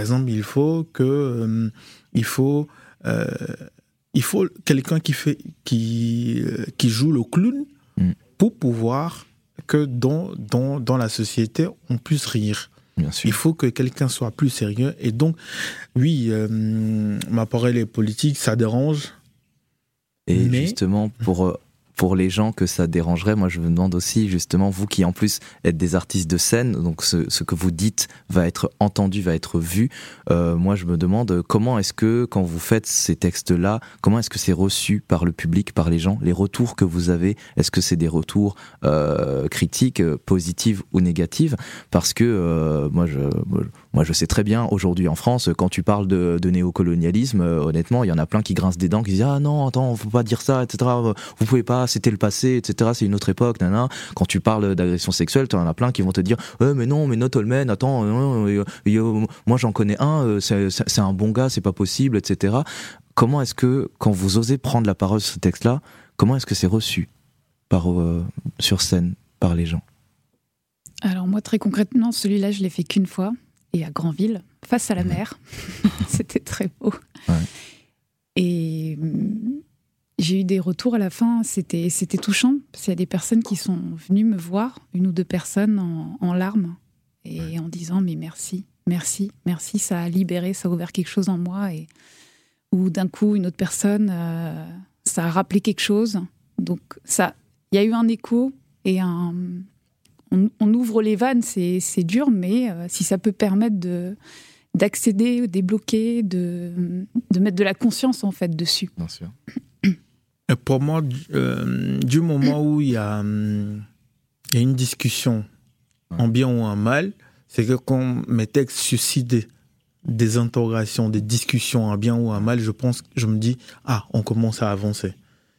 quelqu'un qui joue le clown pour pouvoir que dans la société, on puisse rire. Bien sûr. Il faut que quelqu'un soit plus sérieux. Et donc, oui, ma parole est politique, ça dérange. Et justement, pour les gens que ça dérangerait, moi je me demande aussi, justement, vous qui en plus êtes des artistes de scène, donc ce que vous dites va être entendu, va être vu, moi je me demande comment est-ce que, quand vous faites ces textes-là, comment est-ce que c'est reçu par le public, par les gens, les retours que vous avez, est-ce que c'est des retours critiques, positives ou négatives? Parce que moi je sais très bien, aujourd'hui en France, quand tu parles de néocolonialisme, honnêtement, il y en a plein qui grincent des dents, qui disent « Ah non, attends, faut pas dire ça, etc. Vous pouvez pas, c'était le passé, etc. C'est une autre époque, nana. » Quand tu parles d'agression sexuelle, tu en as plein qui vont te dire « mais non, mais not all men, attends, moi j'en connais un, c'est un bon gars, c'est pas possible, etc. » Comment est-ce que, quand vous osez prendre la parole sur ce texte-là, comment est-ce que c'est reçu sur scène par les gens? Alors moi, très concrètement, celui-là, je l'ai fait qu'une fois, et à Granville, face à la mer. C'était très beau. Ouais. Et j'ai eu des retours à la fin, c'était touchant, parce qu'il y a des personnes qui sont venues me voir, une ou deux personnes en larmes, et en disant « mais merci, merci, merci, ça a libéré, ça a ouvert quelque chose en moi », ou d'un coup, une autre personne, ça a rappelé quelque chose. Donc il y a eu un écho, et on ouvre les vannes, c'est dur, mais si ça peut permettre d'accéder, débloquer, de mettre de la conscience en fait dessus. Bien sûr. Pour moi, du moment où il y a une discussion, en bien ou en mal, c'est que quand mes textes suscitent des interrogations, des discussions en bien ou en mal, je me dis on commence à avancer.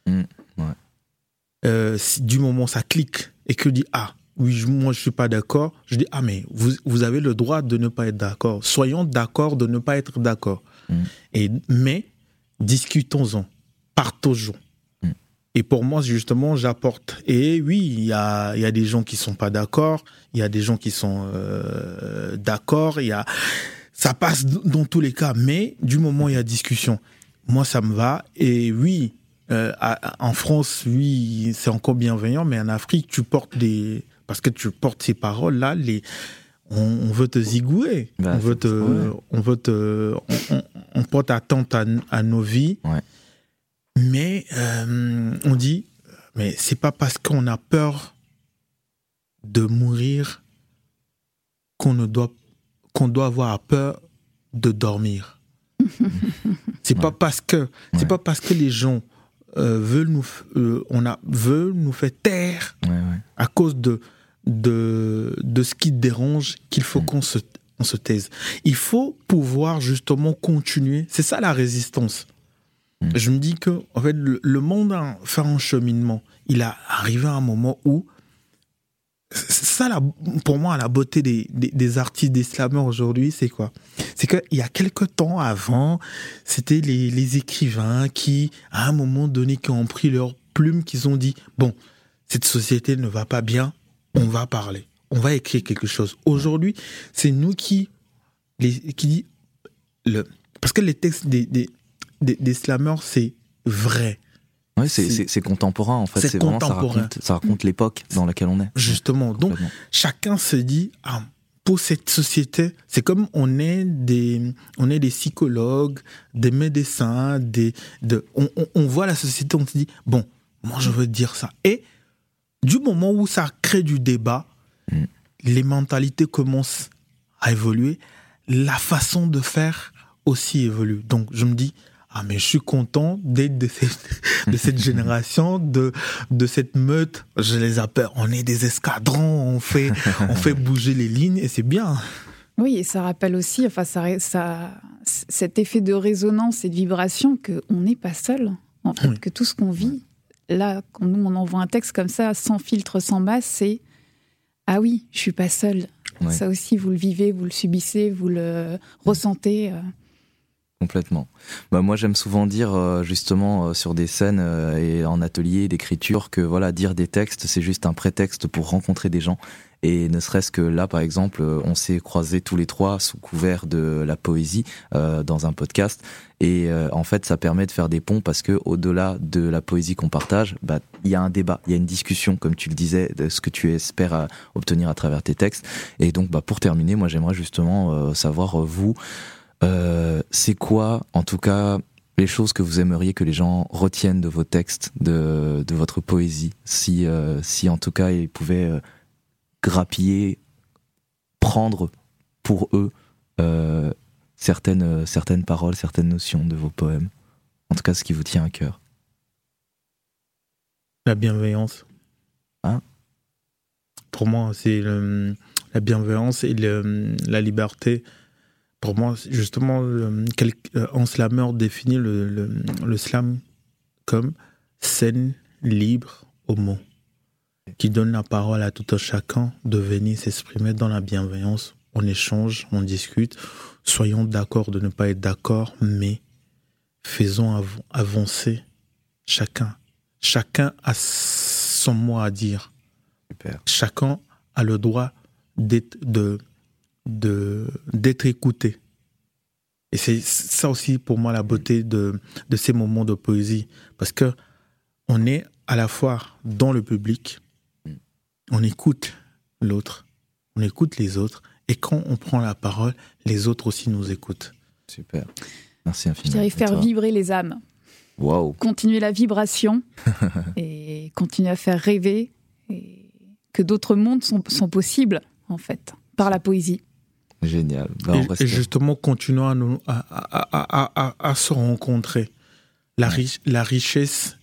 Si du moment où ça clique et que je dis oui, moi je suis pas d'accord, je dis mais vous avez le droit de ne pas être d'accord. Soyons d'accord de ne pas être d'accord. Mais discutons-en, partageons. Et pour moi, justement, j'apporte. Et oui, il y a des gens qui sont pas d'accord, il y a des gens qui sont d'accord, ça passe dans tous les cas. Mais du moment où il y a discussion, moi ça me va. Et oui, en France, oui, c'est encore bienveillant, mais en Afrique, parce que tu portes ces paroles-là, on veut te zigouer. On porte attente à nos vies. Ouais. Mais on dit, mais c'est pas parce qu'on a peur de mourir qu'on doit avoir peur de dormir. C'est pas parce que les gens veulent nous faire taire à cause de ce qui dérange qu'il faut qu'on se taise. Il faut pouvoir justement continuer. C'est ça la résistance. Je me dis que en fait, le monde a fait un cheminement. Il a arrivé à un moment où ça, pour moi, la beauté des artistes, des slameurs aujourd'hui, c'est quoi? C'est qu'il y a quelques temps avant, c'était les écrivains qui, à un moment donné, qui ont pris leur plume, qui ont dit, bon, cette société ne va pas bien, on va parler, on va écrire quelque chose. Aujourd'hui, c'est nous qui dit parce que les textes des slameurs, c'est vrai. Ouais, c'est contemporain en fait. C'est vraiment, ça raconte l'époque dans laquelle on est. Justement. Donc, chacun se dit, pour cette société, c'est comme on est des psychologues, des médecins, on voit la société, on se dit, bon, moi je veux dire ça. Et du moment où ça crée du débat, les mentalités commencent à évoluer, la façon de faire aussi évolue. Donc, je me dis, mais je suis content d'être de cette génération, de cette meute. Je les appelle, on est des escadrons, on fait bouger les lignes et c'est bien. Oui, et ça rappelle aussi, cet effet de résonance et de vibration qu'on n'est pas seul, en fait, que tout ce qu'on vit, là, quand nous on envoie un texte comme ça, sans filtre, sans masse, c'est ah oui, je suis pas seul. Ouais. Ça aussi, vous le vivez, vous le subissez, vous le ressentez. Complètement. Moi, j'aime souvent dire justement sur des scènes et en atelier d'écriture que voilà, dire des textes, c'est juste un prétexte pour rencontrer des gens. Et ne serait-ce que là, par exemple, on s'est croisés tous les trois sous couvert de la poésie dans un podcast. Et en fait, ça permet de faire des ponts parce que au-delà de la poésie qu'on partage, il y a un débat, il y a une discussion, comme tu le disais, de ce que tu espères obtenir à travers tes textes. Et donc, pour terminer, moi, j'aimerais justement savoir vous. C'est quoi, en tout cas, les choses que vous aimeriez que les gens retiennent de vos textes, de votre poésie, si en tout cas ils pouvaient grappiller, prendre pour eux certaines paroles, certaines notions de vos poèmes, en tout cas ce qui vous tient à cœur. La bienveillance. Pour moi, c'est la bienveillance et la liberté. Pour moi, justement, un slameur définit le slam comme scène libre aux mots, qui donne la parole à tout un chacun de venir s'exprimer dans la bienveillance. On échange, on discute, soyons d'accord de ne pas être d'accord, mais faisons avancer chacun. Chacun a son mot à dire. Super. Chacun a le droit d'être écouté. Et c'est ça aussi pour moi la beauté de ces moments de poésie, parce que on est à la fois dans le public, on écoute l'autre, on écoute les autres, et quand on prend la parole, les autres aussi nous écoutent. Super, merci infiniment. Je dirais faire vibrer les âmes. Wow. Continuer la vibration et continuer à faire rêver, et que d'autres mondes sont possibles en fait par la poésie. Génial. Et justement, continuons à se rencontrer. La richesse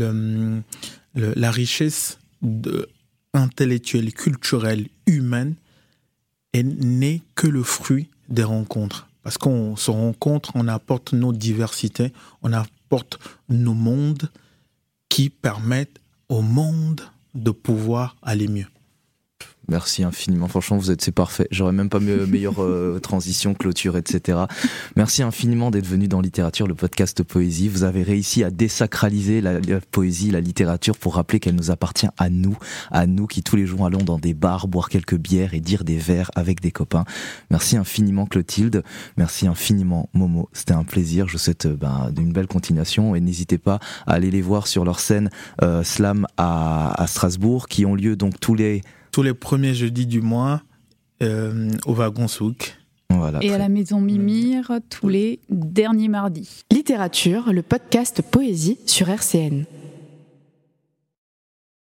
intellectuelle, culturelle, humaine n'est que le fruit des rencontres. Parce qu'on se rencontre, on apporte nos diversités, on apporte nos mondes qui permettent au monde de pouvoir aller mieux. Merci infiniment, franchement c'est parfait, j'aurais même pas meilleure transition, clôture, etc. Merci infiniment d'être venu dans Littérature, le podcast Poésie. Vous avez réussi à désacraliser la poésie, la littérature, pour rappeler qu'elle nous appartient à nous qui tous les jours allons dans des bars, boire quelques bières et dire des vers avec des copains. Merci infiniment Clotilde, merci infiniment Momo, c'était un plaisir. Je vous souhaite une belle continuation et n'hésitez pas à aller les voir sur leur scène slam à Strasbourg, qui ont lieu donc tous les premiers jeudis du mois au Wagon Souk. Voilà, et à la Maison Mimir tous les derniers mardis. Littérature, le podcast Poésie sur RCN.